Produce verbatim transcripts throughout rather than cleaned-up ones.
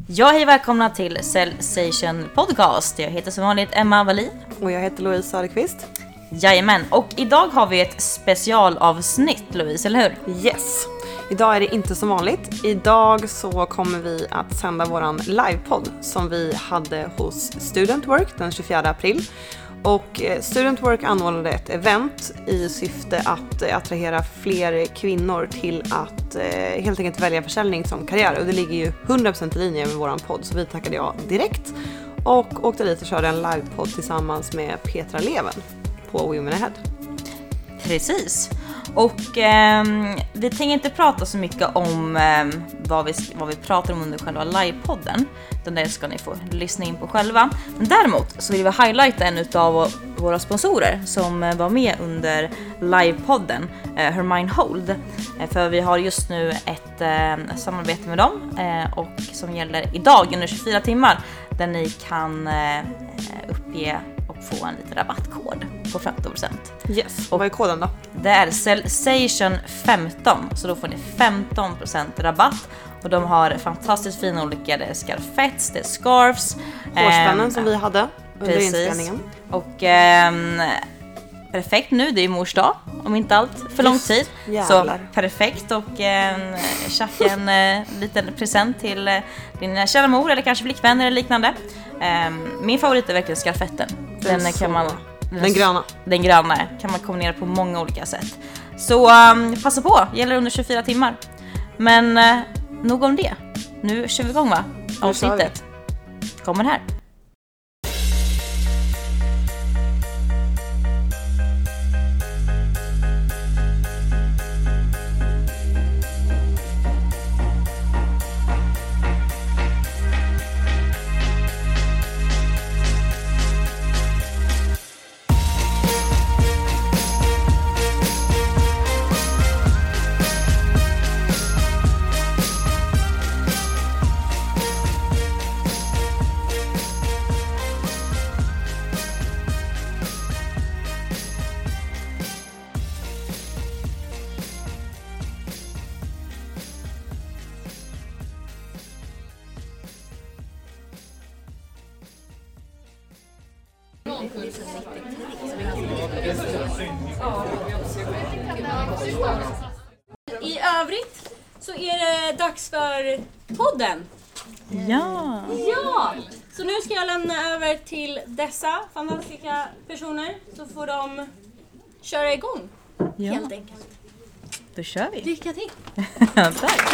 Ja, hej, välkomna till Cellsation Podcast. Jag heter som vanligt Emma Wallin. Och jag heter Louise Söderqvist. Jajamän, och idag har vi ett specialavsnitt, Louise, eller hur? Yes! Idag är det inte som vanligt. Idag så kommer vi att sända våran livepodd som vi hade hos Student Work den tjugofjärde april. Och Student Work anordnade ett event i syfte att attrahera fler kvinnor till att eh, helt enkelt välja försäljning som karriär. Och det ligger ju hundra procent i linje med våran podd, så vi tackade ja direkt. Och åkte dit och körde en livepodd tillsammans med Petra Leven på Women Ahead. Precis. Och eh, vi tänker inte prata så mycket om eh, vad, vi, vad vi pratar om under själva livepodden. Den där ska ni få lyssna in på själva. Men däremot så vill vi highlighta en av våra sponsorer som var med under livepodden, eh, Hermine Hold. Eh, för vi har just nu ett eh, samarbete med dem eh, och som gäller idag under tjugofyra timmar, där ni kan eh, uppge och få en liten rabattkod på femton procent. Yes, och vad är koden då? Det är Cellsation femton, så då får ni femton procent rabatt. Och de har fantastiskt fina olika, det är scarfettes, det är scarves. Hårspännen ähm, som vi hade under precis. inspelningen. Och ähm, perfekt nu, det är mors dag, om inte allt för lång tid. Jävlar. Så perfekt, och ähm, tjacka en äh, liten present till äh, din kära mor eller kanske flickvän eller liknande. Ähm, min favorit är verkligen scarfetten. Den, den kan man... Den gröna. Den gröna kan man kombinera på många olika sätt. Så um, passa på, gäller under tjugofyra timmar. Men uh, nog om det. Nu kör vi igång, va? Avsnittet kommer här. I övrigt så är det dags för podden. Ja. Ja! Så nu ska jag lämna över till dessa fantastiska personer, så får de köra igång, Ja. helt enkelt. Då kör vi. Lycka till! Tack.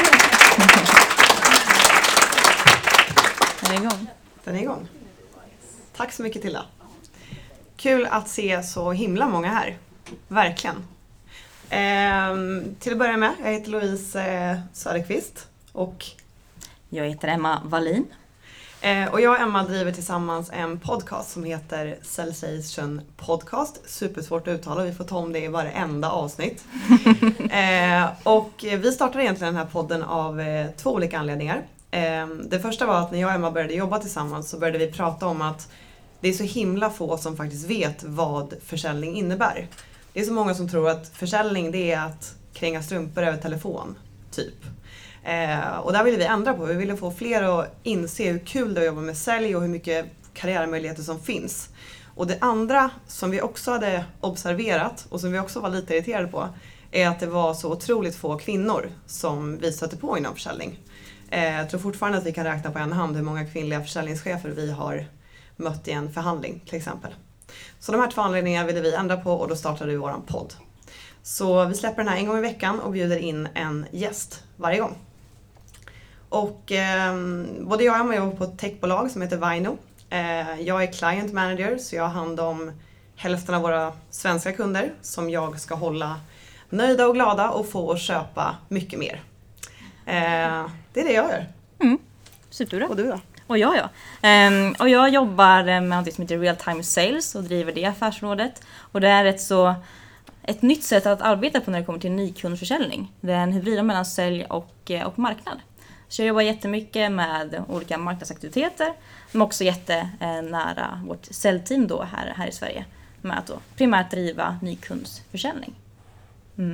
Den är igång. Den är igång. Tack så mycket, Tilda. Kul att se så himla många här. Verkligen. Ehm, till att börja med, jag heter Louise eh, Söderqvist. Och, Jag heter Emma Wallin. eh, och jag och Emma driver tillsammans en podcast som heter Cellsation Podcast. Supersvårt att uttala, vi får ta om det i varenda avsnitt. eh, och vi startade egentligen den här podden av eh, två olika anledningar. Eh, det första var att när jag och Emma började jobba tillsammans så började vi prata om att det är så himla få som faktiskt vet vad försäljning innebär. Det är så många som tror att försäljning, det är att kränga strumpor över telefon, typ. Eh, och där ville vi ändra på. Vi ville få fler att inse hur kul det är att jobba med sälj och hur mycket karriärmöjligheter som finns. Och det andra som vi också hade observerat och som vi också var lite irriterade på är att det var så otroligt få kvinnor som vi stötte på inom försäljning. Eh, jag tror fortfarande att vi kan räkna på en hand hur många kvinnliga försäljningschefer vi har mött i en förhandling till exempel. Så de här två anledningarna ville vi ändra på, och då startade vi våran podd. Så vi släpper den här en gång i veckan och bjuder in en gäst varje gång. Och eh, både jag och Emma jobbar på ett techbolag som heter Vino. Eh, jag är client manager, så jag har hand om hälften av våra svenska kunder som jag ska hålla nöjda och glada och få att köpa mycket mer. Eh, det är det jag gör. Mm. Superbra. Och du då? Och jag, ja. Um, och jag jobbar med något som heter Real Time Sales och driver det affärsrådet. Och det är ett, så, ett nytt sätt att arbeta på när det kommer till ny kundförsäljning. Det är en hybrid mellan sälj och, och marknad. Så jag jobbar jättemycket med olika marknadsaktiviteter, men också jättenära vårt säljteam då här, här i Sverige med att då primärt driva ny kundsförsäljning. Mm.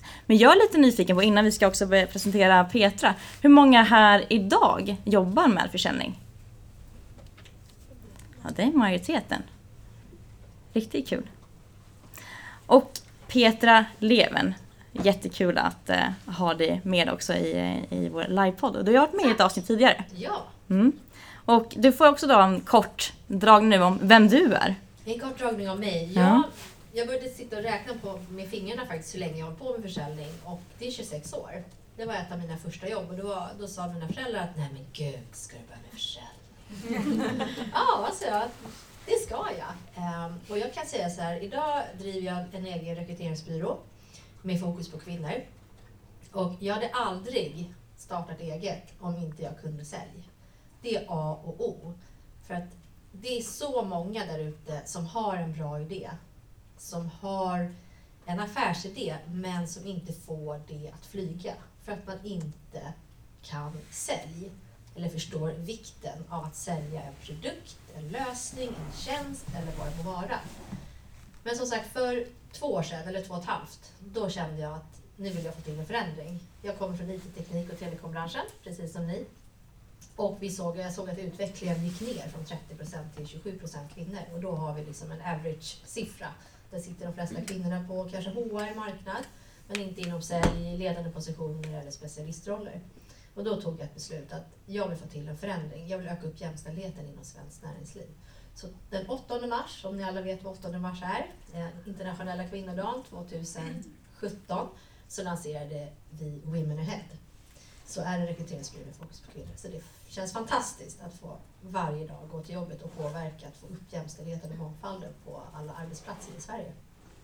Men jag är lite nyfiken på, innan vi ska också börja presentera Petra, hur många här idag jobbar med försäljning? Ja, det är majoriteten. Riktigt kul. Och Petra Leven, jättekul att uh, ha dig med också i, i vår livepodd. Du har varit med i ett avsnitt tidigare. Ja. Mm. Och du får också då en kort dragning nu om vem du är. En kort dragning om mig. Ja. Jag, jag började sitta och räkna på med fingrarna faktiskt hur länge jag har på med försäljning. Och det är tjugosex år. Det var ett av mina första jobb. Och då, då sa mina föräldrar att nej men gud, ska du börja med försäljning? Ja, alltså jag. Det ska jag. Um, och jag kan säga så här, idag driver jag en egen rekryteringsbyrå med fokus på kvinnor. Och jag hade aldrig startat eget om inte jag kunde sälja. Det är A och O. För att det är så många där ute som har en bra idé. Som har en affärsidé men som inte får det att flyga. För att man inte kan sälja. Eller förstår vikten av att sälja en produkt, en lösning, en tjänst eller vad det må vara. Men som sagt, för två år sedan, eller två och ett halvt, då kände jag att nu vill jag få till en förändring. Jag kommer från I T-teknik och telekombranschen, precis som ni. Och vi såg, jag såg att utvecklingen gick ner från trettio procent till tjugosju procent kvinnor. Och då har vi liksom en average-siffra. Där sitter de flesta kvinnorna på kanske H R-marknad, men inte inom sälj, ledande positioner eller specialistroller. Och då tog jag ett beslut att jag vill få till en förändring. Jag vill öka upp jämställdheten inom svenskt näringsliv. Så den åttonde mars, om ni alla vet vad åttonde mars är, internationella kvinnodagen tjugohundrasjutton, så lanserade vi Women Ahead. Så är det rekryteringsbyrå med fokus på kvinnor. Så det känns fantastiskt att få varje dag gå till jobbet och påverka att få upp jämställdheten och mångfalden på alla arbetsplatser i Sverige.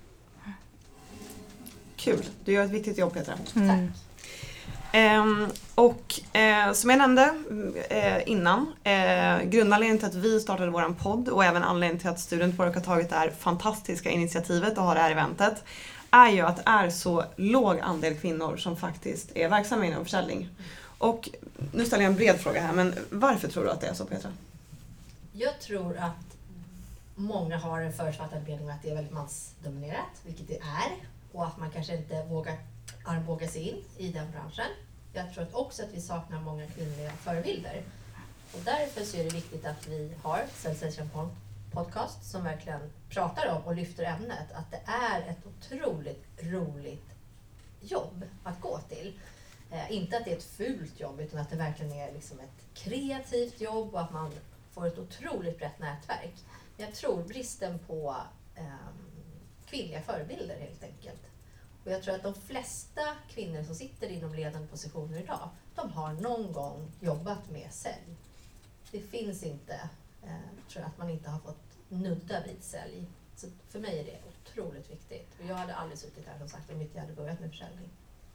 Kul, du gör ett viktigt jobb Petra. Mm. Tack. Um, och uh, som jag nämnde uh, innan, uh, grundanledningen till att vi startade våran podd och även anledningen till att Studentwork har tagit det här fantastiska initiativet och har det här eventet är ju att det är så låg andel kvinnor som faktiskt är verksamma inom försäljning. Och nu ställer jag en bred fråga här, men varför tror du att det är så, Petra? Jag tror att många har en förutfattad mening att det är väldigt mansdominerat, vilket det är. Och att man kanske inte vågar armbåga sig in i den branschen. Jag tror att också att vi saknar många kvinnliga förebilder. Och därför så är det viktigt att vi har Sensation Podcast som verkligen pratar om och lyfter ämnet. Att det är ett otroligt roligt jobb att gå till. Eh, inte att det är ett fult jobb utan att det verkligen är liksom ett kreativt jobb och att man får ett otroligt brett nätverk. Jag tror bristen på eh, kvinnliga förebilder helt enkelt. Och jag tror att de flesta kvinnor som sitter inom ledande positioner idag, de har någon gång jobbat med sälj. Det finns inte, eh, tror jag, att man inte har fått nudda vid sälj. Så för mig är det otroligt viktigt. Och jag hade aldrig suttit här som sagt om inte jag hade börjat med försäljning.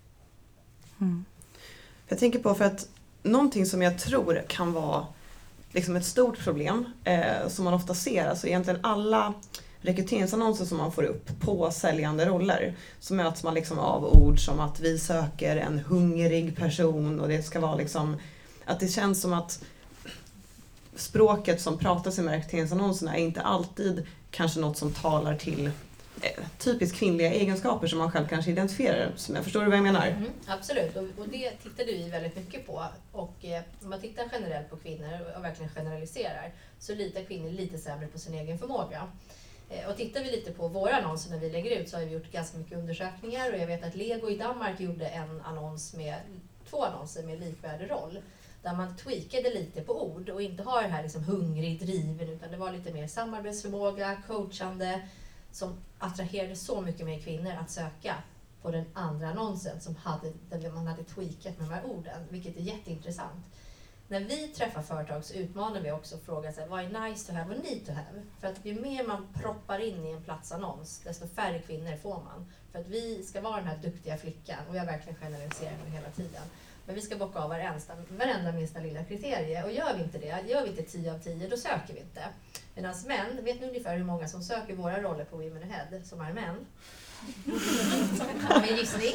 Mm. Jag tänker på för att någonting som jag tror kan vara liksom ett stort problem eh, som man ofta ser, alltså egentligen alla rekryteringsannonser som man får upp på säljande roller, så möts man liksom av ord som att vi söker en hungrig person och det ska vara liksom att det känns som att språket som pratas i de här rekryteringsannonserna är inte alltid kanske något som talar till eh, typiskt kvinnliga egenskaper som man själv kanske identifierar. Som jag förstår du vad jag menar? Mm, absolut, och, och det tittar du väldigt mycket på. Och eh, om man tittar generellt på kvinnor och verkligen generaliserar så litar kvinnor lite sämre på sin egen förmåga. Eh, och tittar vi lite på våra annonser när vi lägger ut så har vi gjort ganska mycket undersökningar och jag vet att Lego i Danmark gjorde en annons med två annonser med likvärdig roll. Där man tweakade lite på ord och inte har det här liksom hungrig, driven, utan det var lite mer samarbetsförmåga, coachande, som attraherade så mycket mer kvinnor att söka på den andra annonsen som hade, där man hade tweakat med de här orden, vilket är jätteintressant. När vi träffar företag så utmanar vi också och frågar sig, vad är nice to have och need to have? För att ju mer man proppar in i en platsannons, desto färre kvinnor får man. För att vi ska vara den här duktiga flickan, och jag verkligen generaliserar nu hela tiden. Men vi ska bocka av varenda, varenda minsta lilla kriterie. Och gör vi inte det, gör vi inte tio av tio, då söker vi inte. Medan män, vet ni ungefär hur många som söker våra roller på Women Ahead som är män? Har vi en gissning?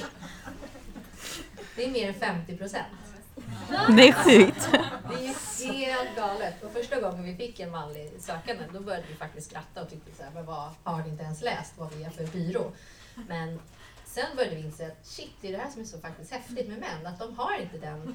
Det är mer än femtio procent. Det är sjukt. Det är helt galet. Och första gången vi fick en manlig sökande, då började vi faktiskt skratta och tyckte så här, men vad har ni inte ens läst vad vi är för byrå? Men sen började vi inse att shit, det är det här som är så faktiskt häftigt med män. Att de har inte den...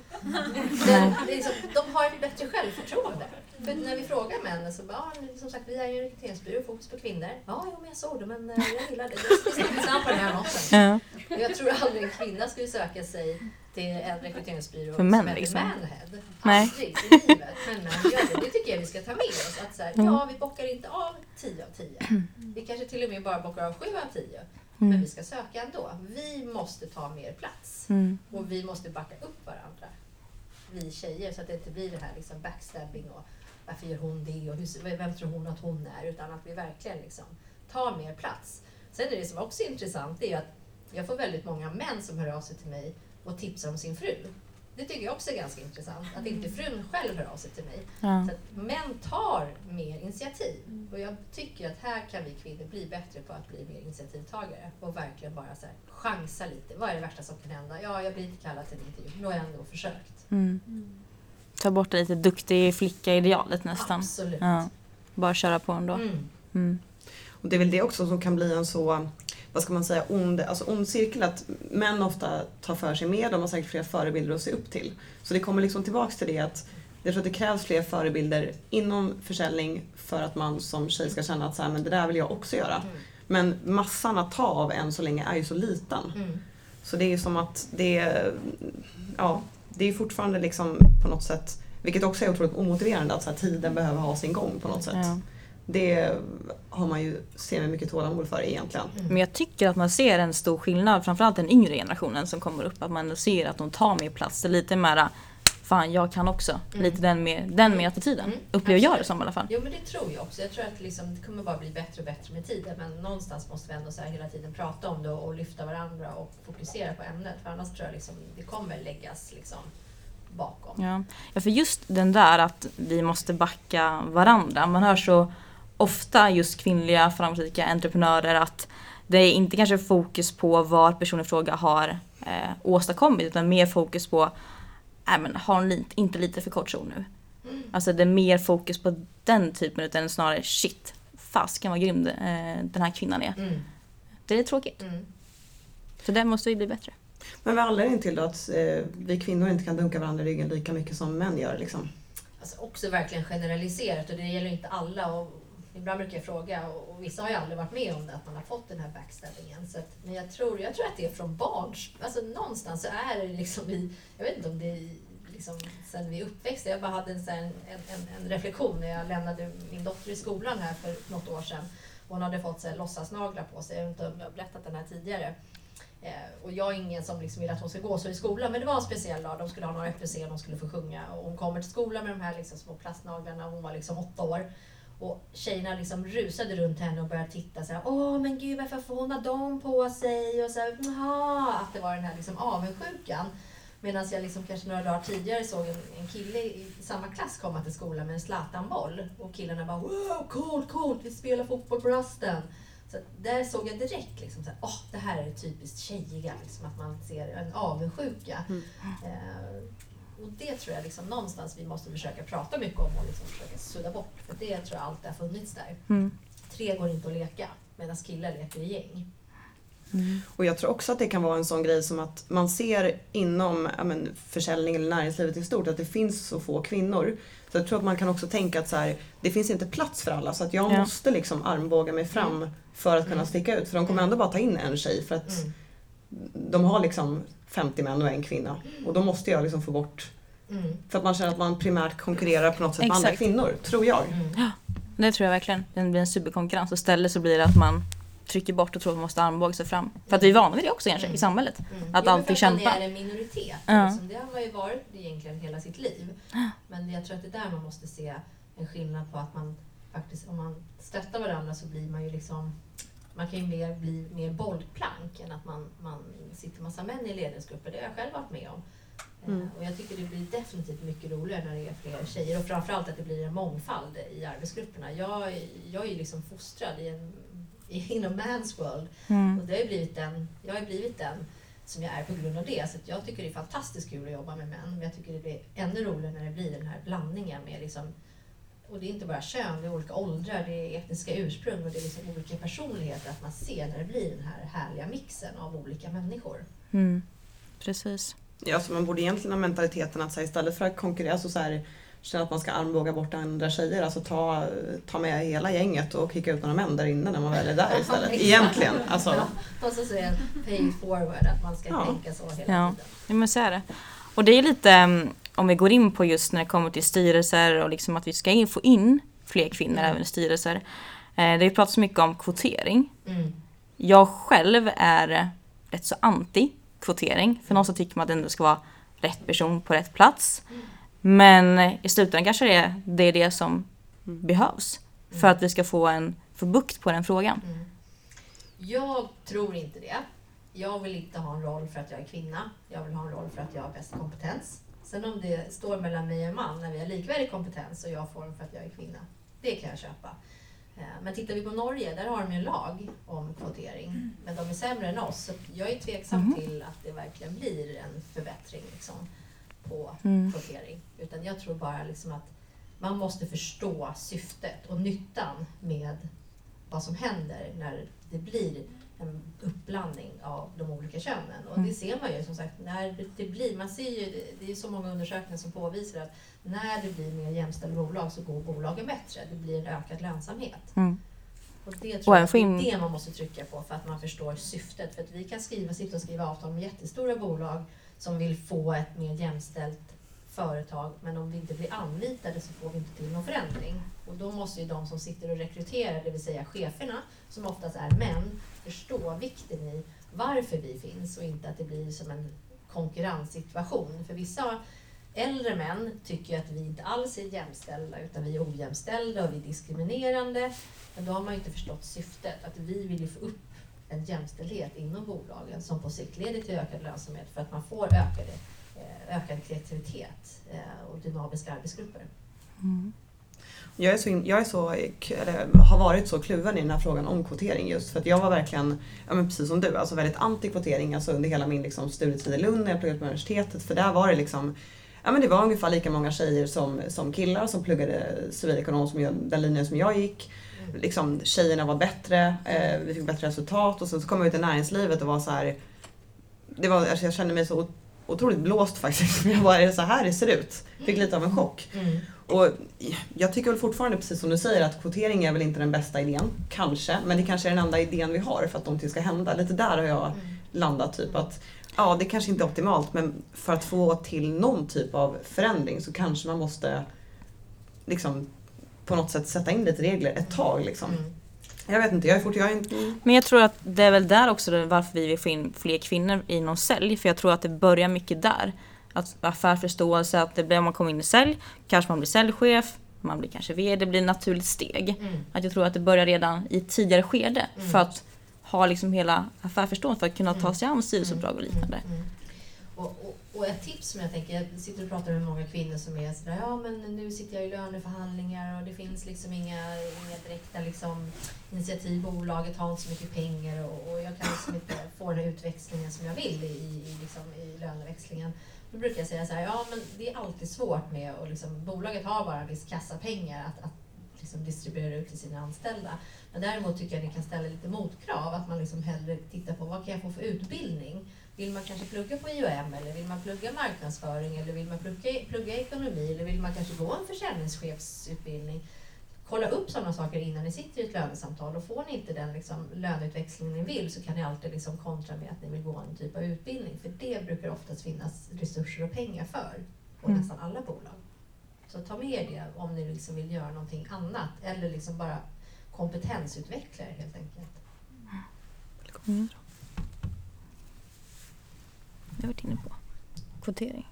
den det är liksom, de har ett bättre självförtroende. För när vi frågar män så bara, ah, som sagt, vi är ju en rekryteringsbyrå, fokus på kvinnor. Ja, jo, men jag såg det, men jag gillar det. Det är intressant på den här annonsen. Ja. Jag tror aldrig en kvinna skulle söka sig till en rekryteringsbyrå för män, som liksom. Manhead. Nej. Aldrig i livet. Men män gör det. Det tycker jag vi ska ta med oss. Att så här, Mm. ja, vi bockar inte av tio av tio. Vi kanske till och med bara bockar av sju av tio. Mm. Men vi ska söka ändå. Vi måste ta mer plats. Mm. Och vi måste backa upp varandra. Vi tjejer, så att det inte blir det här liksom backstabbing och varför gör hon det och hur, vem tror hon att hon är, utan att vi verkligen liksom tar mer plats. Sen är det som också är intressant, det är att jag får väldigt många män som hör av sig till mig och tipsar om sin fru. Det tycker jag också är ganska intressant, att inte frun själv hör av sig till mig. Ja. Så att män tar mer initiativ. Och jag tycker att här kan vi kvinnor bli bättre på att bli mer initiativtagare. Och verkligen bara så här, chansa lite. Vad är det värsta som kan hända? Ja, jag blir inte kallad till en intervju. Nu har jag ändå försökt. Mm. Ta bort det lite duktig flicka-idealet nästan. Absolut. Ja. Bara köra på ändå. Mm. Mm. Och det är väl det också som kan bli en så, vad ska man säga, ond, alltså ond cirkel, att män ofta tar för sig mer, de har säkert fler förebilder att se upp till. Så det kommer liksom tillbaks till det att jag tror att det krävs fler förebilder inom försäljning för att man som tjej ska känna att så här, men det där vill jag också göra. Mm. Men massan att ta av än så länge är ju så liten. Mm. Så det är ju som att det är, ja, det är fortfarande liksom på något sätt, vilket också är otroligt omotiverande, att så här, tiden behöver ha sin gång på något sätt. Ja. Det har man ju ser med mycket tålamod för egentligen. Men jag tycker att man ser en stor skillnad, framförallt den yngre generationen som kommer upp, att man ser att de tar mer plats. Det är lite mer, fan jag kan också. Mm. Lite den med, den med attityden. Mm, Upplever jag det absolut. som i alla fall. Jo, men det tror jag också. Jag tror att liksom, det kommer bara bli bättre och bättre med tiden. Men någonstans måste vi ändå så här hela tiden prata om det och lyfta varandra och fokusera på ämnet. För annars tror jag liksom, det kommer läggas liksom, bakom. Ja. ja, för just den där att vi måste backa varandra. Man hör så ofta just kvinnliga framgångsrika entreprenörer att det är inte kanske fokus på vad personen i fråga har eh, åstadkommit, utan mer fokus på äh, men, har hon lite, inte lite för kort kjol nu. Mm. Alltså det är mer fokus på den typen, utan snarare shit, fasken vad grym eh, den här kvinnan är. Mm. Det är tråkigt. Mm. Så där måste vi bli bättre. Men vad är anledningen till då att eh, vi kvinnor inte kan dunka varandra i ryggen lika mycket som män gör liksom? Alltså också verkligen generaliserat, och det gäller inte alla. Och ibland brukar jag fråga, och, och vissa har ju aldrig varit med om det, att man har fått den här backstabbingen. Så att, men jag tror, jag tror att det är från barns, alltså någonstans så är det liksom i, jag vet inte om det är liksom sen vi uppväxte. Jag bara hade en, en, en, en reflektion när jag lämnade min dotter i skolan här för något år sedan. Hon hade fått så här, låtsasnaglar på sig, jag vet inte om jag har berättat den här tidigare. Eh, och jag är ingen som liksom vill att hon ska gå så i skolan, men det var en speciell dag. De skulle ha några F P C och de skulle få sjunga. Och hon kommer till skolan med de här liksom små plastnaglarna. Hon var liksom åtta år. Och tjejerna liksom rusade runt henne och började titta så här: åh men gud, varför får hon ha dem på sig? Och så här, aha, att det var den här liksom avundsjukan. Medan jag liksom kanske några dagar tidigare såg en, en kille i samma klass komma till skolan med en Zlatan-boll. Och killarna bara, wow, coolt, coolt, vi spelar fotboll på rasten. Så där såg jag direkt liksom, åh, oh, det här är typiskt tjejiga, liksom, att man ser en avundsjuka. Mm. Eh, och det tror jag liksom, någonstans vi måste försöka prata mycket om och liksom försöka sudda bort. För det tror jag alltid har funnits där. Mm. Tre går inte att leka, medan killar leker i gäng. Mm. Och jag tror också att det kan vara en sån grej som att man ser inom ja, men, försäljning eller näringslivet i stort att det finns så få kvinnor. Så jag tror att man kan också tänka att så här, det finns inte plats för alla, så att jag ja. måste liksom armbåga mig fram mm. för att kunna mm. sticka ut. För de kommer ändå bara ta in en tjej för att mm. de har liksom femtio män och en kvinna. Och då måste jag liksom få bort, mm. för att man känner att man primärt konkurrerar på något sätt med andra kvinnor, tror jag. Mm. Ja, det tror jag verkligen. Det blir en superkonkurrens, och istället så blir det att man trycker bort och tror att man måste armbåga sig fram. För att vi är vana vid det också egentligen, mm. i samhället. Mm. Att ja, alltid kämpa. För att man är en minoritet. Ja. Liksom. Det har man ju varit egentligen hela sitt liv. Men jag tror att det är där man måste se en skillnad på att man faktiskt, om man stöttar varandra så blir man ju liksom, man kan ju mer bli mer bollplank än att man, man sitter massa män i ledningsgrupper. Det har jag själv varit med om. Mm. Och jag tycker det blir definitivt mycket roligare när det är fler tjejer. Och framförallt att det blir en mångfald i arbetsgrupperna. Jag, jag är ju liksom fostrad i en inom Man's World. Mm. Och det har ju blivit den, jag har blivit den som jag är på grund av det. Så jag tycker det är fantastiskt kul att jobba med män. Men jag tycker det blir ännu roligare när det blir den här blandningen med liksom och det är inte bara kön, det är olika åldrar, det är etniska ursprung och det är liksom olika personligheter, att man ser när det blir den här härliga mixen av olika människor. Mm. Precis. Ja, så man borde egentligen ha mentaliteten att så här, istället för att konkurrera så, så här, känna att man ska armbåga bort andra tjejer, alltså ta, ta med hela gänget och kicka ut några män där inne när man väl är där istället. Egentligen. Alltså. Ja, och så säger jag pay forward, att man ska Ja. tänka så hela Ja. tiden. Ja, men så är det. Och det är lite, om vi går in på just när det kommer till styrelser och liksom att vi ska in, få in fler kvinnor Mm. även i styrelser. Eh, det pratas mycket om kvotering. Mm. Jag själv är rätt så anti-kvotering. För någon så tycker man att det ändå ska vara rätt person på rätt plats. Mm. Men i slutändan kanske det är det, är det som behövs. För att vi ska få, en, få bukt på den frågan. Mm. Jag tror inte det. Jag vill inte ha en roll för att jag är kvinna. Jag vill ha en roll för att jag har bäst kompetens. Sen om det står mellan mig och en man när vi har likvärdig kompetens och jag får den för att jag är kvinna, det kan jag köpa. Men tittar vi på Norge, där har de ju en lag om kvotering. Men de är sämre än oss. Så jag är tveksam Mm. till att det verkligen blir en förbättring liksom, på Mm. kvotering. Utan jag tror bara liksom att man måste förstå syftet och nyttan med vad som händer när det blir en uppblandning av de olika könen. Och det ser man ju som sagt, när det, det blir, man ser ju, det är så många undersökningar som påvisar att när det blir mer jämställda bolag så går bolagen bättre. Det blir en ökad lönsamhet. Mm. Och det Och tror en jag det film- är det man måste trycka på för att man förstår syftet. För att vi kan skriva, sitta och skriva avtal med jättestora bolag som vill få ett mer jämställt företag, men om vi inte blir anlitade så får vi inte till någon förändring. Och då måste ju de som sitter och rekryterar, det vill säga cheferna, som oftast är män, förstå vikten i varför vi finns och inte att det blir som en konkurrenssituation. För vissa äldre män tycker att vi inte alls är jämställda utan vi är ojämställda och vi är diskriminerande. Men då har man ju inte förstått syftet, att vi vill ju få upp en jämställdhet inom bolagen som på sikt leder till ökad lönsamhet för att man får ökade ökad kreativitet och dynamiska arbetsgrupper. Mm. Jag är så, in, jag är så eller, har varit så kluven i den här frågan om kvotering just för att jag var verkligen, ja men precis som du, alltså väldigt anti-kvotering alltså under hela min liksom, studietid i Lund när jag pluggade på universitetet, för där var det liksom, ja men det var ungefär lika många tjejer som, som killar som pluggade civilekonom som jag, den linjen som jag gick. Mm. Liksom, tjejerna var bättre, eh, vi fick bättre resultat och sen så kom jag ut i näringslivet och var så här, det var, alltså jag kände mig så otroligt blåst faktiskt. Jag bara, är det så här det ser ut? Fick lite av en chock. Mm. Och jag tycker väl fortfarande, precis som du säger, att kvotering är väl inte den bästa idén. Kanske. Men det kanske är den enda idén vi har för att någonting ska hända. Lite där har jag mm. landat. Typ att, ja, det kanske inte är optimalt. Men för att få till någon typ av förändring så kanske man måste liksom på något sätt sätta in lite regler ett tag. Liksom. Mm. Jag vet inte, jag är fort, jag är inte... Men jag tror att det är väl där också varför vi vill få in fler kvinnor i någon sälj. För jag tror att det börjar mycket där. Att affärsförståelse, att det blir, om man kommer in i sälj, kanske man blir säljchef, man blir kanske vd, det blir ett naturligt steg. Mm. Att jag tror att det börjar redan i ett tidigare skede. Mm. För att ha liksom hela affärsförståelse, för att kunna ta sig an styrelseuppdrag och liknande. Mm. Mm. Och, och, och ett tips som jag tänker, jag sitter och pratar med många kvinnor som är sådär, ja men nu sitter jag i löneförhandlingar och det finns liksom inga, inga direkta liksom, initiativ, bolaget har inte så mycket pengar och, och jag kan liksom inte få den utväxlingen som jag vill i, i, liksom, i löneväxlingen. Då brukar jag säga så här, ja men det är alltid svårt med och liksom, bolaget har bara en viss kassapengar att, att liksom distribuera ut till sina anställda. Men däremot tycker jag att ni kan ställa lite motkrav, att man liksom hellre tittar på vad kan jag få för utbildning. Vill man kanske plugga på I O M eller vill man plugga marknadsföring eller vill man plugga, plugga ekonomi eller vill man kanske gå en försäljningschefsutbildning. Kolla upp sådana saker innan ni sitter i ett lönesamtal och får ni inte den liksom, löneutväxling ni vill så kan ni alltid liksom kontra med att ni vill gå en typ av utbildning. För det brukar oftast finnas resurser och pengar för på mm. nästan alla bolag. Så ta med er det om ni liksom vill göra någonting annat eller liksom bara kompetensutveckla er helt enkelt. Mm. Jag har varit inne på kvotering.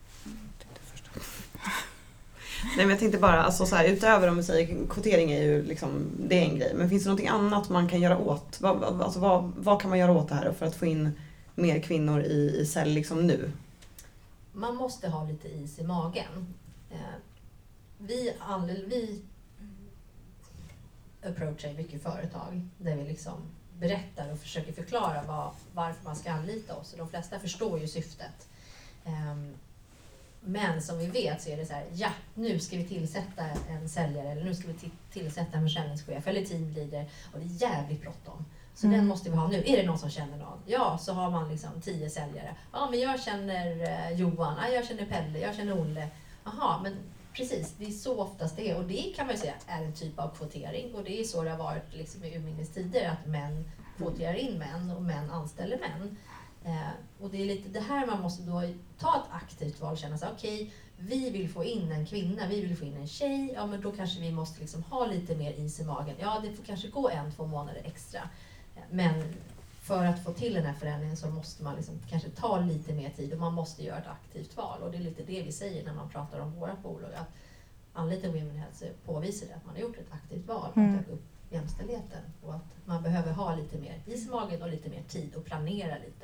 Nej, men jag tänkte bara, alltså så här, utöver om vi säger kvotering är ju liksom, det är en grej. Men finns det någonting annat man kan göra åt? Vad, alltså, vad, vad kan man göra åt det här för att få in mer kvinnor i, i cell liksom nu? Man måste ha lite is i magen. Eh, vi, all, vi approachar mycket företag där vi liksom berättar och försöker förklara vad, varför man ska anlita oss. Och de flesta förstår ju syftet. Um, Men som vi vet så är det så här, ja, nu ska vi tillsätta en säljare eller nu ska vi t- tillsätta en försäljningschef eller teamleader och det är jävligt bråttom. Så mm. den måste vi ha nu. Är det någon som känner någon? Ja, så har man liksom tio säljare. Ja, men jag känner eh, Johan, ja, jag känner Pelle, jag känner Olle. Jaha, men precis, det är så oftast det är. Och det kan man ju säga är en typ av kvotering. Och det är så det har varit liksom i urminnes tider, att män kvoterar in män och män anställer män. Eh, och det är lite det här man måste då ta ett aktivt val och känna sig, okej, okay, vi vill få in en kvinna, vi vill få in en tjej, ja men då kanske vi måste liksom ha lite mer is i magen. Ja, det får kanske gå en, två månader extra. Eh, men för att få till den här förändringen så måste man liksom kanske ta lite mer tid och man måste göra ett aktivt val. Och det är lite det vi säger när man pratar om våra bolag, att anlita Women Health påvisar det, att man har gjort ett aktivt val för att ta upp jämställdheten och att man behöver ha lite mer is i magen och lite mer tid och planera lite.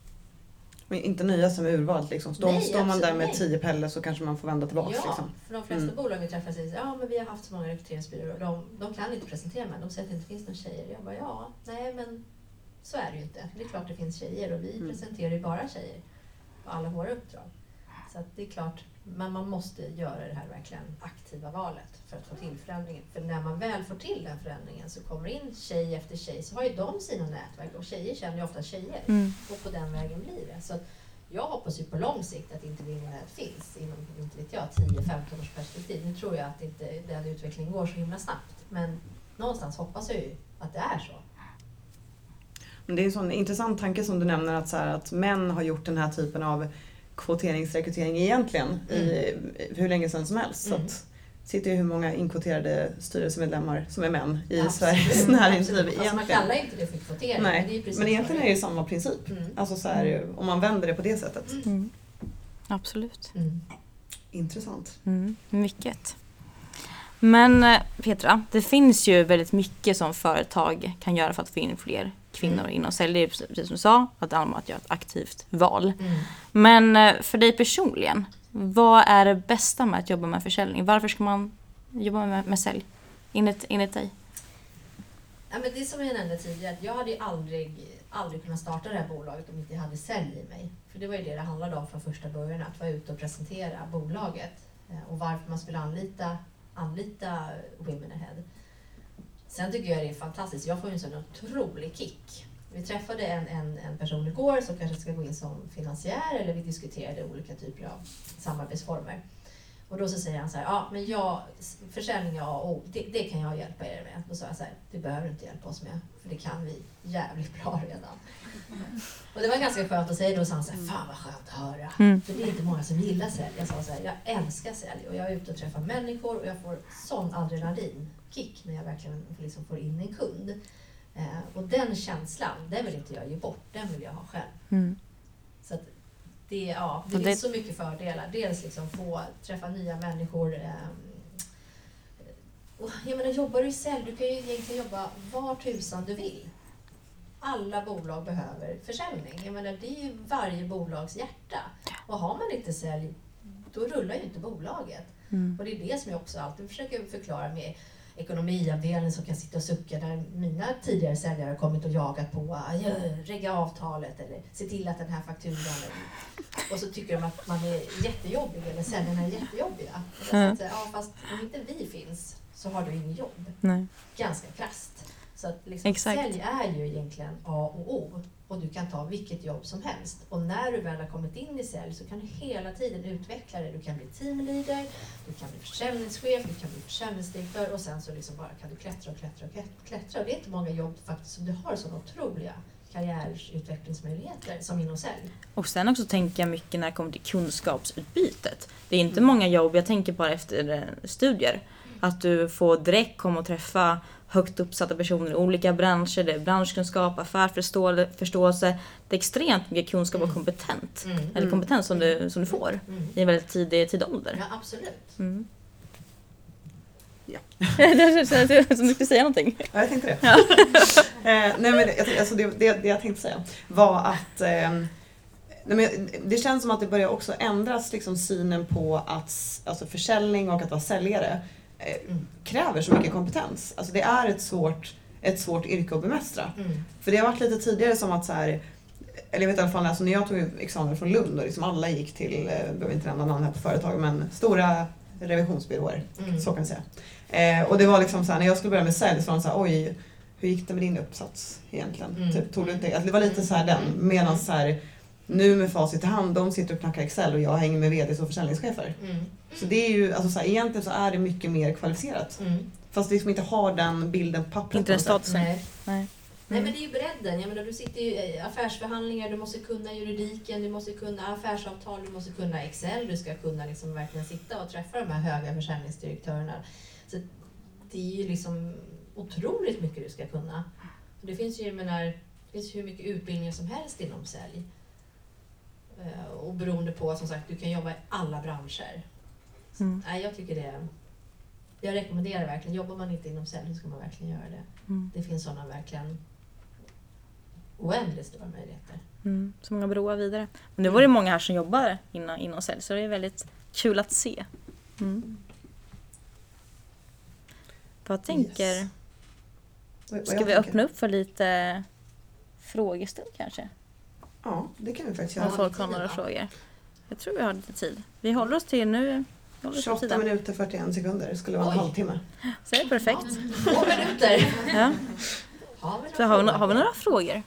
Men inte nöja sig med urvalet liksom. Står, nej, står man där med nej. tio Pelle så kanske man får vända tillbaka. Ja, liksom. för de flesta Mm. bolag vi träffar säger ja men vi har haft så många rekryteringsbyråer och de, de kan inte presentera mig. De säger att det inte finns några tjejer. Jag bara ja, nej men så är det ju inte. Det är klart det finns tjejer och vi mm. presenterar ju bara tjejer på alla våra uppdrag. Så att det är klart, men man måste göra det här verkligen aktiva valet för att få till förändringen. För när man väl får till den förändringen så kommer in tjej efter tjej så har ju de sina nätverk och tjejer känner ju ofta tjejer mm. och på den vägen blir det. Så att jag hoppas ju på lång sikt att inte Women Health finns inom, inte vet jag, tio femton års perspektiv. Nu tror jag att inte den utvecklingen går så himla snabbt, men någonstans hoppas jag ju att det är så. Men det är en sån intressant tanke som du nämner att, så här, att män har gjort den här typen av kvoteringsrekrytering egentligen mm. i hur länge sedan som helst. Mm. Så att sitter ju hur många inkvoterade styrelsemedlemmar som är män i absolut. Sveriges näringsliv egentligen. Alltså man kallar inte det för kvotering. Nej, men, det är precis men egentligen är det samma princip. Mm. Alltså så här, mm. om man vänder det på det sättet. Mm. Absolut. Mm. Intressant. Mm. Mycket. Men Petra, det finns ju väldigt mycket som företag kan göra för att få in fler kvinnor mm. inom sälj. Det är precis som du sa, att det handlar om att göra ett aktivt val. Mm. Men för dig personligen, vad är det bästa med att jobba med försäljning? Varför ska man jobba med, med sälj enligt, enligt dig? Ja, men det som jag nämnde tidigare, att jag hade ju aldrig, aldrig kunnat starta det här bolaget om inte jag hade sälj i mig. För det var ju det det handlade om från första början, att vara ute och presentera bolaget och varför man skulle anlita, anlita Women Ahead. Sen tycker jag det är fantastiskt, jag får ju en sån otrolig kick. Vi träffade en, en, en person igår som kanske ska gå in som finansiär eller vi diskuterade olika typer av samarbetsformer. Och då så säger han så här, ja men jag, försäljning ja, och det, det kan jag hjälpa er med. Då sa jag så här, det behöver du inte hjälpa oss med, för det kan vi jävligt bra redan. Och det var ganska skönt att säga, då sa han så här, fan vad skönt att höra. Mm. För det är inte många som gillar sälj. Jag sa så här, jag älskar sälj och jag är ute och träffar människor och jag får sån adrenalinkick när jag verkligen liksom får in en kund. Eh, och den känslan, den vill inte jag ge bort, den vill jag ha själv. Mm. Så att det, ja, det finns så mycket fördelar. Dels liksom få träffa nya människor. Eh, och jag menar, jobbar du i sälj, du kan ju egentligen jobba var tusan du vill. Alla bolag behöver försäljning. Jag menar, det är ju varje bolags hjärta. Och har man inte sälj, då rullar ju inte bolaget. Mm. Och det är det som jag också alltid försöker förklara med ekonomiavdelningen som kan sitta och sucka där mina tidigare säljare har kommit och jagat på regga avtalet eller se till att den här fakturan är. Och så tycker de att man är jättejobbig eller säljarna är jättejobbiga. Och mm. så att, ja, fast om inte vi finns så har du ingen jobb. Nej. Ganska krasst. Så att liksom, sälj är ju egentligen A och O. Och du kan ta vilket jobb som helst. Och när du väl har kommit in i sälj så kan du hela tiden utveckla det. Du kan bli teamleader, du kan bli försäljningschef, du kan bli försäljningsdirektör och sen så liksom bara kan du klättra och klättra och klättra. Och det är inte många jobb faktiskt som du har sådana otroliga karriärutvecklingsmöjligheter som inom sälj. Och sen också tänka mycket när det kommer till kunskapsutbytet. Det är inte mm. många jobb, jag tänker bara efter studier. Att du får direkt komma och träffa högt uppsatta personer i olika branscher. Det är branschkunskap, affärsförståelse. Det är extremt mycket kunskap och kompetent. Mm. Mm. Eller kompetens som du, som du får mm. i en väldigt tidig, tidig ålder. Ja, absolut. Mm. Ja. Som du skulle säga någonting. Ja, jag tänkte det. Ja. eh, nej, men jag, alltså det, det, det jag tänkte säga var att eh, nej, men det känns som att det börjar också ändras liksom, synen på att alltså, försäljning och att vara säljare Mm. kräver så mycket kompetens. Alltså det är ett svårt, ett svårt yrke att bemästra. Mm. För det har varit lite tidigare som att så här, eller jag vet i alla fall, alltså när jag tog examen från Lund och liksom alla gick till, jag behöver inte nämna namn här på företag, men stora revisionsbyråer, mm. så kan jag säga. Eh, och det var liksom så här, när jag skulle börja med sälj så var det så här, oj, hur gick det med din uppsats egentligen? Mm. Typ, tog du inte, alltså det var lite så här den, medan så här, nu med facit i hand, de sitter och knackar Excel och jag hänger med vd och försäljningschefer. Mm. Så det är ju, alltså så här, egentligen så är det mycket mer kvalificerat. Mm. Fast liksom inte har den bilden på pappret. Inte den statusen. Nej. Nej. Nej, men det är ju bredden. Jag menar, du sitter i affärsförhandlingar, du måste kunna juridiken, du måste kunna affärsavtal, du måste kunna Excel, du ska kunna liksom verkligen sitta och träffa de här höga försäljningsdirektörerna. Så det är ju liksom otroligt mycket du ska kunna. Det finns ju, jag menar, det finns hur mycket utbildningar som helst inom sälj. Och beroende på, som sagt, du kan jobba i alla branscher. Mm. Nej, jag tycker det. Jag rekommenderar verkligen, jobbar man inte inom sälj så ska man verkligen göra det. Mm. Det finns sådana verkligen oändligt stora möjligheter. Mm, så många broar vidare. Men det var det många här som jobbar inom, inom sälj, så det är väldigt kul att se. Mm. Vad tänker... Yes. Vad, ska vad vi tänker? Öppna upp för lite frågestund kanske? Ja, det kan vi faktiskt göra. Om folk har några frågor. Jag tror vi har lite tid. Vi håller oss till nu. tjugoåtta minuter fyrtioen sekunder. Det skulle vara en Oj. halvtimme. Så är det perfekt. Ja, två minuter. Ja. Har vi, så har, vi, har vi några frågor?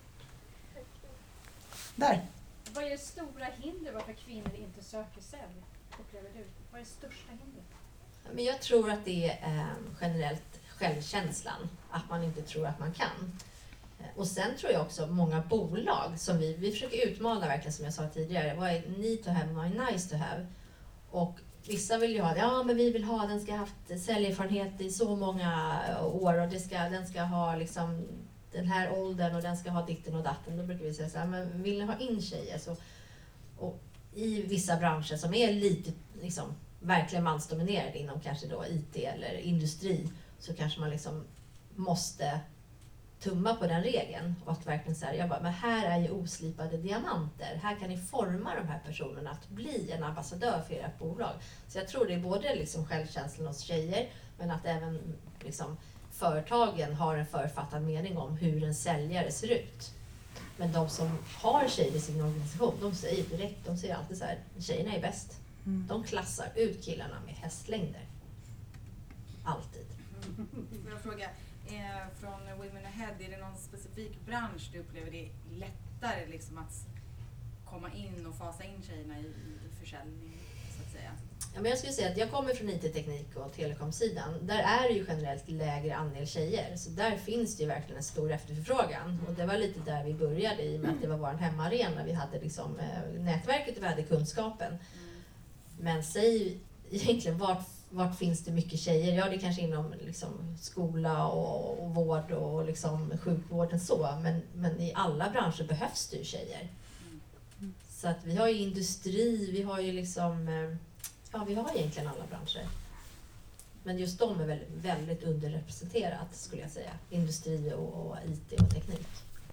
Där. Vad är det stora hinder varför kvinnor inte söker sälj? Upplever du? Vad är det största hindret? Men jag tror att det är eh, generellt självkänslan. Att man inte tror att man kan. Och sen tror jag också många bolag som vi, vi försöker utmana verkligen, som jag sa tidigare. Vad är need to have, vad är nice to have? Och vissa vill ju ha, ja men vi vill ha, den ska ha haft säljerfarenhet i så många år och det ska, den ska ha liksom den här åldern och den ska ha ditten och datten. Då brukar vi säga så här, men vill ni ha in tjejer så, och i vissa branscher som är lite liksom verkligen mansdominerade inom kanske då I T eller industri, så kanske man liksom måste tumma på den regeln och att verkligen säga, jag bara, men här är ju oslipade diamanter. Här kan ni forma de här personerna att bli en ambassadör för ert bolag. Så jag tror det är både liksom självkänslan hos tjejer, men att även liksom företagen har en författad mening om hur en säljare ser ut. Men de som har tjejer i sin organisation, de säger direkt, de säger alltid så här, tjejerna är bäst. Mm. De klassar ut killarna med hästlängder. Alltid. Får jag fråga, eh, från Women Ahead, är det någon specifik bransch du upplever det lättare liksom att komma in och fasa in tjejerna i, i försäljning, så att säga? Ja, men jag skulle säga att jag kommer från I T-teknik och telekomsidan. Där är det ju generellt lägre andel tjejer. Så där finns det ju verkligen en stor efterfrågan. Mm. Och det var lite där vi började, i och med att det var vår hemmaarena. Vi hade liksom eh, nätverket och vi hade kunskapen. Mm. Men säg egentligen vart, vart finns det mycket tjejer? Ja, det är kanske inom liksom, skola och, och vård och liksom, sjukvården så. Men, men i alla branscher behövs det ju tjejer. Mm. Så att vi har ju industri, vi har ju liksom... Eh, Ja, vi har egentligen alla branscher. Men just de är väldigt, väldigt underrepresenterat, skulle jag säga. Industri och, och I T och teknik.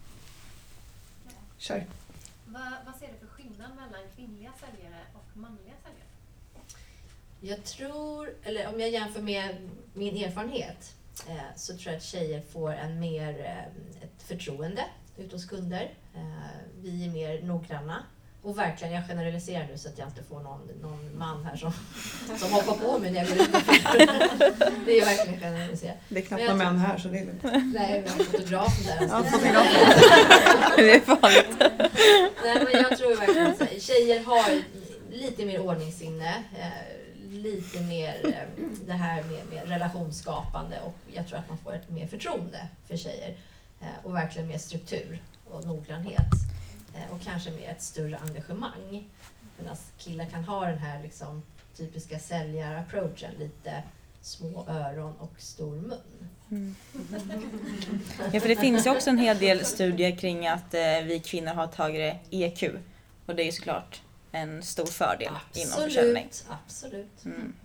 Kör. Vad, vad ser du för skillnad mellan kvinnliga säljare och manliga säljare? Jag tror, eller om jag jämför med min erfarenhet, eh, så tror jag att tjejer får en mer, eh, ett förtroende ut hos kunder. Eh, vi är mer noggranna. Och verkligen, jag generaliserar nu så att jag inte får någon, någon man här som, som hoppar på mig när jag går ut. Det är verkligen generaliserat. Det är knappt några män här så det är lugnt. Nej, vi har en fotograf där. Ja, fotograf. Det är farligt. Nej, men jag tror verkligen att tjejer har lite mer ordningssinne. Lite mer det här med, med relationsskapande. Och jag tror att man får ett mer förtroende för tjejer. Och verkligen mer struktur och noggrannhet. Och kanske med ett större engagemang. Medan killar kan ha den här liksom, typiska säljarapproachen. Lite små öron och stor mun. Mm. Ja, för det finns ju också en hel del studier kring att eh, vi kvinnor har ett högre E Q. Och det är ju såklart en stor fördel absolut, inom försäljning. Absolut. Mm.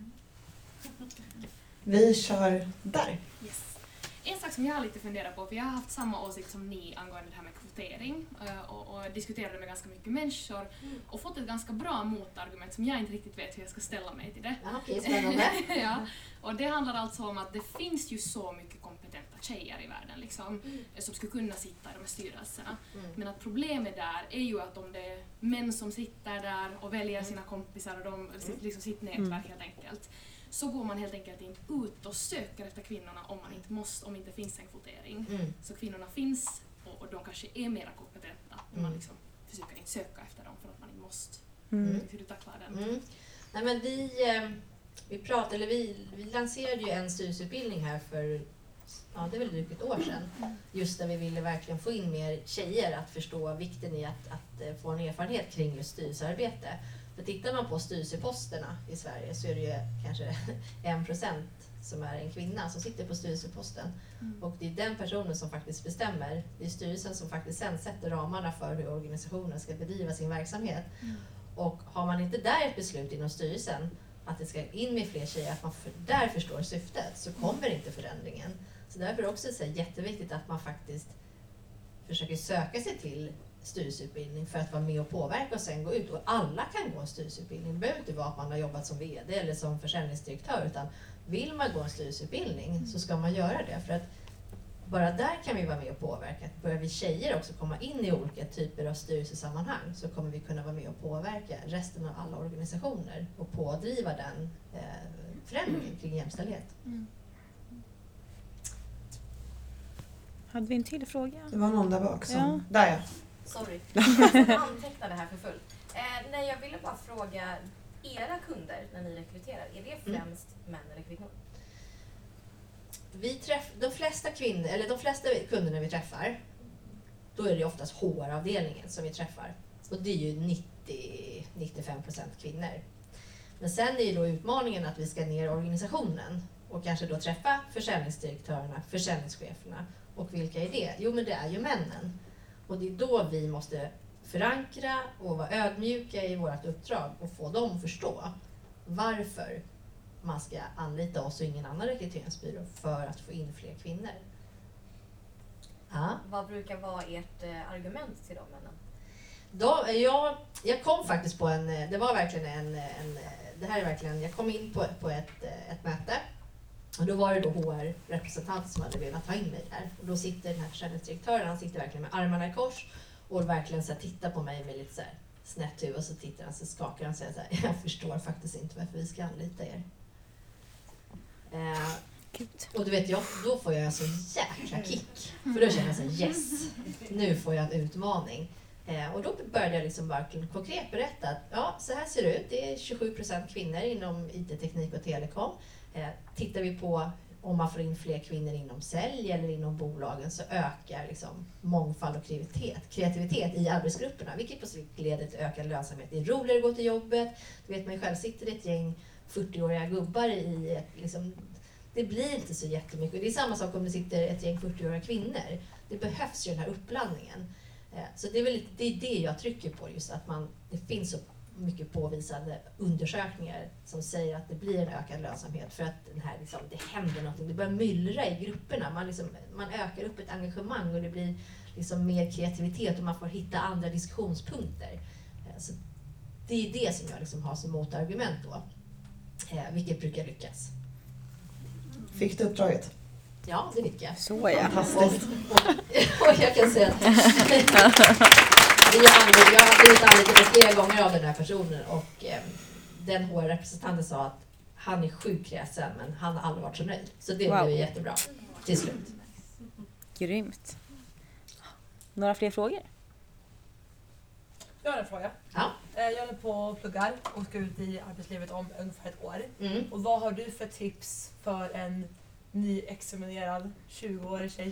Vi kör där. Yes. En sak som jag har lite funderat på, för jag har haft samma åsikt som ni angående det här med kvotering och, och diskuterade med ganska mycket människor mm. och fått ett ganska bra motargument som jag inte riktigt vet hur jag ska ställa mig till det. Ja, okej, spännande. Ja, och det handlar alltså om att det finns ju så mycket kompetens kompetenta tjejer i världen liksom, Mm. som skulle kunna sitta i de här styrelserna. Mm. Men att problemet där är ju att om det är män som sitter där och väljer sina kompisar och de, liksom sitt nätverk helt enkelt, så går man helt enkelt inte ut och söker efter kvinnorna om man inte måste, om det inte finns en kvotering. Mm. Så kvinnorna finns och, och de kanske är mera kompetenta, men Mm. man liksom försöker inte söka efter dem för att man inte måste. Mm. Hur du tacklar den? Mm. Nej, men vi, eh, vi, pratade, eller vi, vi lanserade ju en styrelseutbildning här för ja, det är väl drygt ett år sedan. Just där vi ville verkligen få in mer tjejer att förstå vikten i att, att eh, få en erfarenhet kring just styrelsearbete. För tittar man på styrelseposterna i Sverige så är det ju kanske en procent som är en kvinna som sitter på styrelseposten. Mm. Och det är den personen som faktiskt bestämmer. Det är styrelsen som faktiskt sen sätter ramarna för hur organisationen ska bedriva sin verksamhet. Mm. Och har man inte där ett beslut inom styrelsen att det ska in med fler tjejer, att man för, där förstår syftet, så kommer inte förändringen. Så därför är det också så här jätteviktigt att man faktiskt försöker söka sig till styrelseutbildning för att vara med och påverka och sen gå ut. Och alla kan gå en styrelseutbildning. Det behöver inte vara att man har jobbat som vd eller som försäljningsdirektör, utan vill man gå en styrelseutbildning så ska man göra det. För att bara där kan vi vara med och påverka. Börjar vi tjejer också komma in i olika typer av styrelsesammanhang så kommer vi kunna vara med och påverka resten av alla organisationer och pådriva den eh, förändringen kring jämställdhet. Mm. Hade vi en till fråga? Det var någon där bak som... Ja. Där ja. Sorry, jag antecknade här för fullt. Eh, nej, jag ville bara fråga era kunder när ni rekryterar, är det främst mm. män eller kvinnor? Vi träff, de flesta kvinnor, eller de flesta kunderna vi träffar, då är det oftast H R-avdelningen som vi träffar. Och det är ju nittio till nittiofem procent kvinnor. Men sen är ju då utmaningen att vi ska ner i organisationen och kanske då träffa försäljningsdirektörerna, försäljningscheferna. Och vilka är det? Jo, men det är ju männen. Och det är då vi måste förankra och vara ödmjuka i vårt uppdrag och få dem att förstå varför man ska anlita oss och ingen annan rekryteringsbyrå för att få in fler kvinnor. Ja. Vad brukar vara ert eh, argument till de männen? Då, jag, jag kom faktiskt på en, det var verkligen en, en det här är verkligen, jag kom in på, på ett, ett möte och då var det då H R-representant som hade velat ha in mig där. Och då sitter den här försäljningsdirektören, han sitter verkligen med armarna i kors och verkligen så här, tittar på mig med lite så här snett huvud och så tittar han, så skakar han och säger så här, jag förstår faktiskt inte varför vi ska anlita er. Eh, och du vet, jag, då får jag en så jäkla kick. För då känner jag så här, yes, nu får jag en utmaning. Eh, och då började jag liksom bara konkret berätta att ja, så här ser det ut. Det är tjugosju procent kvinnor inom I T, teknik och telekom. Eh, tittar vi på om man får in fler kvinnor inom sälj eller inom bolagen så ökar liksom mångfald och kreativitet, kreativitet i arbetsgrupperna. Vilket på sikt leder till ökad lönsamhet. Det är roligare att gå till jobbet. Du vet man ju själv, sitter det ett gäng fyrtioåriga gubbar i ett, liksom, det blir inte så jättemycket. Det är samma sak om det sitter ett gäng fyrtioåriga kvinnor. Det behövs ju den här uppblandningen. Så det är väl det, är det jag trycker på, just att man, det finns så mycket påvisade undersökningar som säger att det blir en ökad lönsamhet för att den här, liksom, det händer någonting. Det börjar myllra i grupperna. Man, liksom, man ökar upp ett engagemang och det blir liksom mer kreativitet och man får hitta andra diskussionspunkter. Så det är det som jag liksom har som motargument då. Vilket brukar lyckas. Fick du uppdraget? Ja, det fick jag. Så ja. Fantastiskt. Och, och, och jag kan säga att jag har blivit anlitad flera gånger av den här personen och eh, den H R-representanten sa att han är sjukt kräsen men han har aldrig varit så nöjd. Så det Wow. blev jättebra till slut. Grymt. Några fler frågor? Jag har en fråga. Ja. Jag håller på och pluggar och ska ut i arbetslivet om ungefär ett år. Mm. Och vad har du för tips för en nyexaminerad tjugoårig tjej?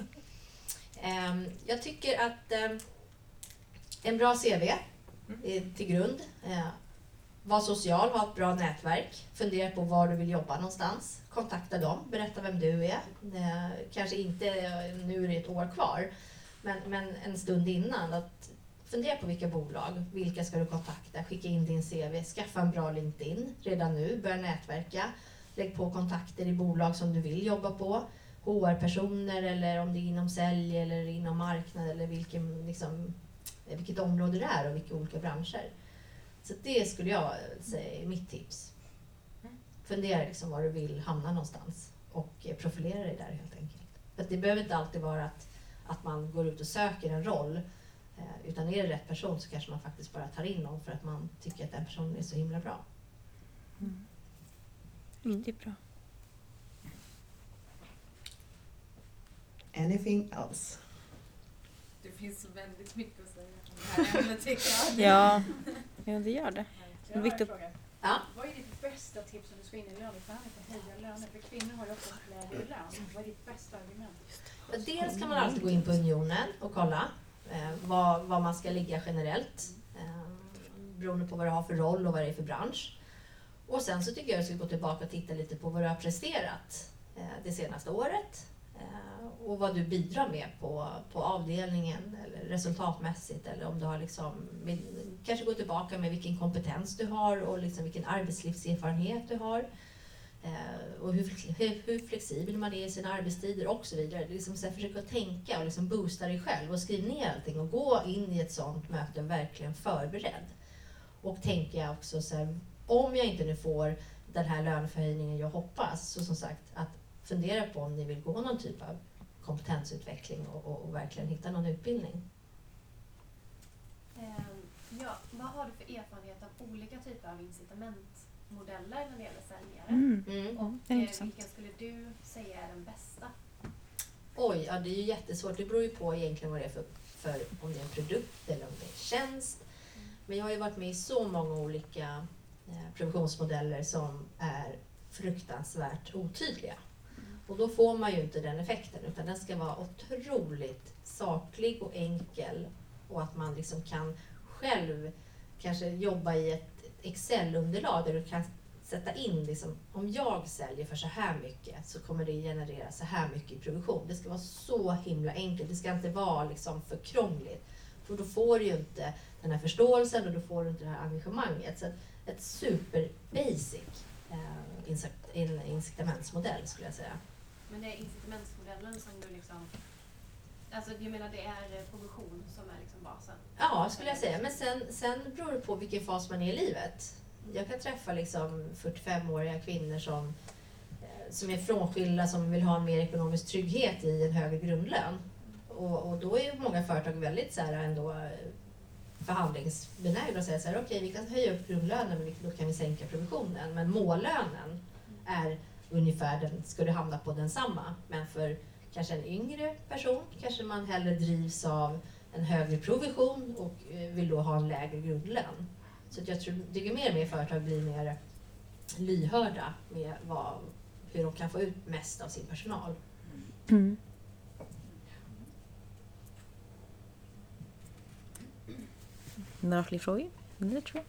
Um, jag tycker att um, en bra C V är till grund. Uh, var social, ha ett bra nätverk. Fundera på var du vill jobba någonstans. Kontakta dem, berätta vem du är. Uh, kanske inte, uh, nu är det ett år kvar, men, men en stund innan. Att fundera på vilka bolag, vilka ska du kontakta, skicka in din C V, skaffa en bra LinkedIn redan nu, börja nätverka. Lägg på kontakter i bolag som du vill jobba på. H R-personer eller om det är inom sälj eller inom marknad eller vilken, liksom, vilket område det är och vilka olika branscher. Så det skulle jag säga är mitt tips. Fundera liksom var du vill hamna någonstans och profilera dig där helt enkelt. Att det behöver inte alltid vara att, att man går ut och söker en roll. Eh, utan är det rätt person så kanske man faktiskt bara tar in någon för att man tycker att den personen är så himla bra. Mm. Riktigt bra. Anything else? Det finns så väldigt mycket att säga om det här ämnet tycker jag. Ja, ja det gör det. Jag har en Viktigt. fråga. Ja. Vad är ditt bästa tips om du ska in i löneförhandling för att höja löner? För kvinnor har ju också lägre lön. Vad är ditt bästa argument? Dels kan man alltid gå in på Unionen och kolla eh, vad, vad man ska ligga generellt. Eh, beroende på vad du har för roll och vad det är för bransch. Och sen så tycker jag att du ska gå tillbaka och titta lite på vad du har presterat eh, det senaste året. Eh, och vad du bidrar med på, på avdelningen eller resultatmässigt. Eller om du har liksom, kanske gå tillbaka med vilken kompetens du har och liksom vilken arbetslivserfarenhet du har. Eh, och hur, hur, hur flexibel man är i sina arbetstider och så vidare. Liksom så här, försök att tänka och liksom boosta dig själv och skriv ner allting och gå in i ett sånt möte verkligen förberedd. Och tänka också så här, om jag inte nu får den här löneförhöjningen jag hoppas, så som sagt att fundera på om ni vill gå någon typ av kompetensutveckling och, och, och verkligen hitta någon utbildning. Um, ja, vad har du för erfarenhet av olika typer av incitamentmodeller när det gäller säljare? Mm. Mm. Och det är eh, intressant. vilken skulle du säga är den bästa? Oj, ja det är ju jättesvårt. Det beror ju på egentligen vad det är för, för om det är en produkt eller om det är en tjänst. Mm. Men jag har ju varit med i så många olika eh, provisionsmodeller som är fruktansvärt otydliga. Och då får man ju inte den effekten, utan den ska vara otroligt saklig och enkel och att man liksom kan själv kanske jobba i ett Excel-underlag där du kan sätta in liksom, om jag säljer för så här mycket så kommer det generera så här mycket i provision. Det ska vara så himla enkelt, det ska inte vara liksom för krångligt. För då får du ju inte den här förståelsen och då får du inte det här engagemanget. Så ett super basic eh, incitamentsmodell skulle jag säga. Men det är incitamentsmodellen som du liksom... Alltså jag menar det är provision som är liksom basen. Ja, skulle jag säga. Men sen, sen beror det på vilken fas man är i livet. Jag kan träffa liksom fyrtiofemåriga kvinnor som, som är frånskilda, som vill ha en mer ekonomisk trygghet i en högre grundlön. Och, och då är ju många företag väldigt så här ändå förhandlingsbenägna och säga så här, okej, okay, vi kan höja upp grundlönen men då kan vi sänka provisionen. Men mållönen är ungefär den, ska du hamna på densamma. Men för kanske en yngre person kanske man hellre drivs av en högre provision och vill då ha en lägre grundlön. Så att jag tror det mer och mer företag blir mer lyhörda med vad, hur de kan få ut mest av sin personal. Mm. Några fler frågor? Det tror jag.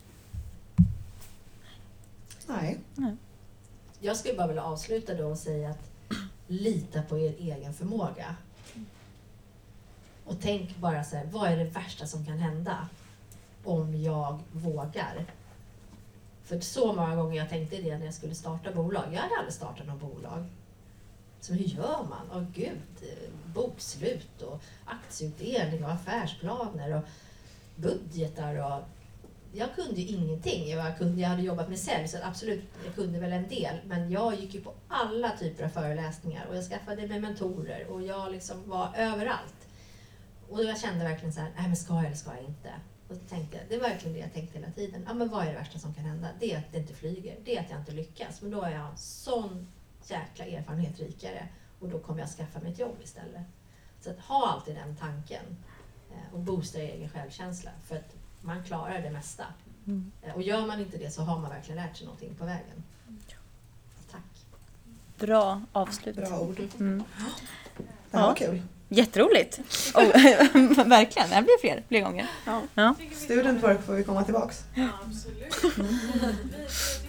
Nej. Nej. Jag skulle bara vilja avsluta då och säga att lita på er egen förmåga. Och tänk bara så här, vad är det värsta som kan hända om jag vågar? För så många gånger jag tänkte det när jag skulle starta bolag. Jag hade aldrig startat något bolag. Så hur gör man? Åh gud, bokslut och aktieutdelning och affärsplaner och budgetar och... Jag kunde ju ingenting. Jag, kunde, jag hade jobbat med sälj så absolut, jag kunde väl en del. Men jag gick ju på alla typer av föreläsningar och jag skaffade mig mentorer och jag liksom var överallt. Och jag kände verkligen så här, nej men ska jag eller ska jag inte? Och så tänkte jag, det är verkligen det jag tänkte hela tiden. Ja men vad är det värsta som kan hända? Det är att det inte flyger. Det är att jag inte lyckas. Men då är jag sån jäkla erfarenhet rikare. Och då kommer jag skaffa mig ett jobb istället. Så att ha alltid den tanken. Och boosta er egen självkänsla. För att man klarar det mesta. Mm. Och gör man inte det så har man verkligen lärt sig någonting på vägen. Tack. Bra avslut. Bra ord. Mm. Det här var kul. Jätteroligt. Oh, verkligen, det här blir fler, fler gånger. Ja. Ja. Student work får vi komma tillbaks. Ja, absolut.